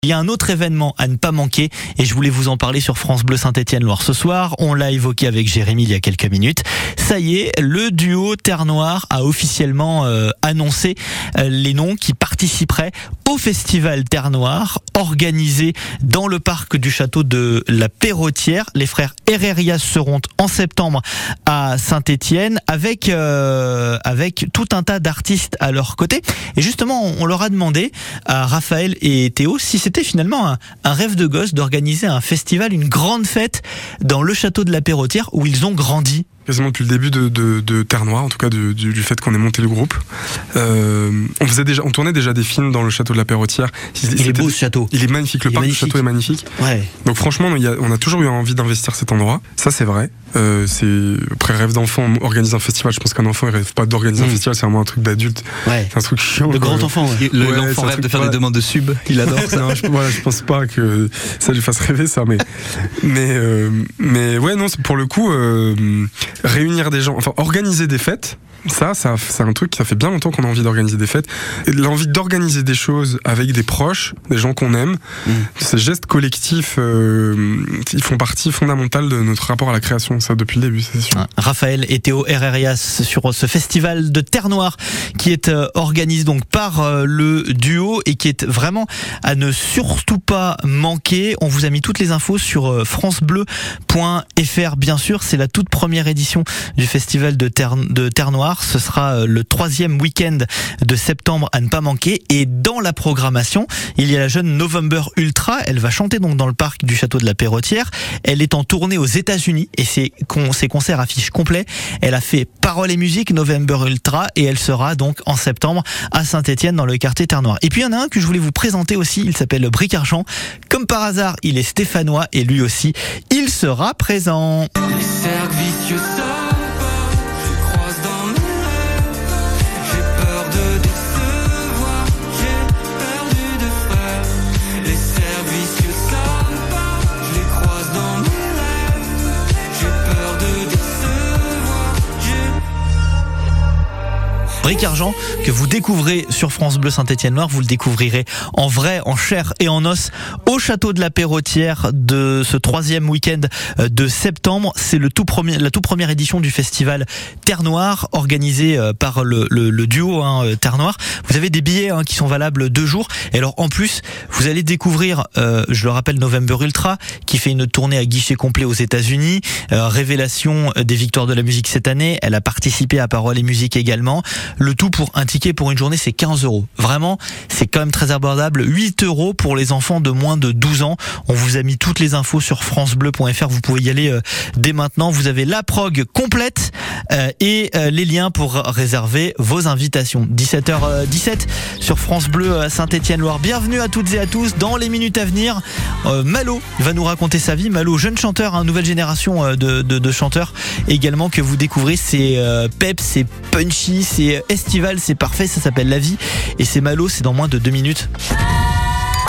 Il y a un autre événement à ne pas manquer et je voulais vous en parler sur France Bleu Saint-Étienne-Loire ce soir. On l'a évoqué avec Jérémy il y a quelques minutes. Ça y est, le duo Terre Noire a officiellement annoncé les noms qui participeraient au festival Terre Noire organisé dans le parc du château de la Perrotière. Les frères Herrerias seront en septembre à Saint-Étienne avec tout un tas d'artistes à leur côté. Et justement, on leur a demandé à Raphaël et Théo si c'était finalement un rêve de gosse d'organiser un festival, une grande fête dans le château de la Perrotière où ils ont grandi. Quasiment depuis le début de Terre Noire, en tout cas du fait qu'on ait monté le groupe. On tournait déjà des films dans le château de la Perrotière. Il est beau ce château. Il est magnifique, le parc du château est magnifique. Ouais. Donc franchement, on a toujours eu envie d'investir cet endroit. Ça c'est vrai. Après rêve d'enfant, organiser un festival, je pense qu'un enfant il rêve pas d'organiser un festival, c'est vraiment un truc d'adulte. Ouais. C'est un truc chiant. De grand enfant. Ouais. L'enfant rêve de faire des demandes de sub, il adore ça. Non, je pense pas que ça lui fasse rêver ça, mais ouais, non, c'est pour le coup réunir des gens, enfin organiser des fêtes. Ça c'est un truc, ça fait bien longtemps qu'on a envie d'organiser des fêtes. Et l'envie d'organiser des choses avec des proches, des gens qu'on aime. Ces gestes collectifs, ils font partie fondamentale de notre rapport à la création, ça depuis le début, c'est sûr. Raphaël et Théo Herrerias sur ce festival de Terre Noire qui est organisé donc par le duo et qui est vraiment à ne surtout pas manquer. On vous a mis toutes les infos sur francebleu.fr. Bien sûr, c'est la toute première édition du festival de Terre Noire. Ce sera le 3e week-end de septembre à ne pas manquer. Et dans la programmation, il y a la jeune November Ultra. Elle va chanter donc dans le parc du château de la Perrotière. Elle est en tournée aux États-Unis et ses concerts affichent complets. Elle a fait Paroles et musique November Ultra et elle sera donc en septembre à Saint-Étienne dans le quartier Terre Noire. Et puis il y en a un que je voulais vous présenter aussi. Il s'appelle Bric Argent. Comme par hasard, il est stéphanois et lui aussi, il sera présent. Les cercles vicieux Bric Argent que vous découvrez sur France Bleu Saint-Étienne-Loire, vous le découvrirez en vrai, en chair et en os au château de la Perrotière de ce 3e week-end de septembre. C'est la toute première édition du festival Terre Noire organisé par le duo Terre Noire. Vous avez des billets qui sont valables 2 jours. Et alors en plus, vous allez découvrir, je le rappelle, November Ultra qui fait une tournée à guichet complet aux États-Unis. Révélation des victoires de la musique cette année. Elle a participé à Paroles et musique également. Le tout pour un ticket pour une journée, c'est 15 €. Vraiment, c'est quand même très abordable. 8 € pour les enfants de moins de 12 ans. On vous a mis toutes les infos sur francebleu.fr. Vous pouvez y aller dès maintenant. Vous avez la prog complète et les liens pour réserver vos invitations. 17h17 sur France Bleu Saint-Étienne-Loire. Bienvenue à toutes et à tous. Dans les minutes à venir, Malo va nous raconter sa vie. Malo, jeune chanteur, nouvelle génération de chanteurs également que vous découvrez. C'est pep, c'est punchy, c'est estival, c'est parfait, ça s'appelle La Vie et c'est Malo, c'est dans moins de 2 minutes.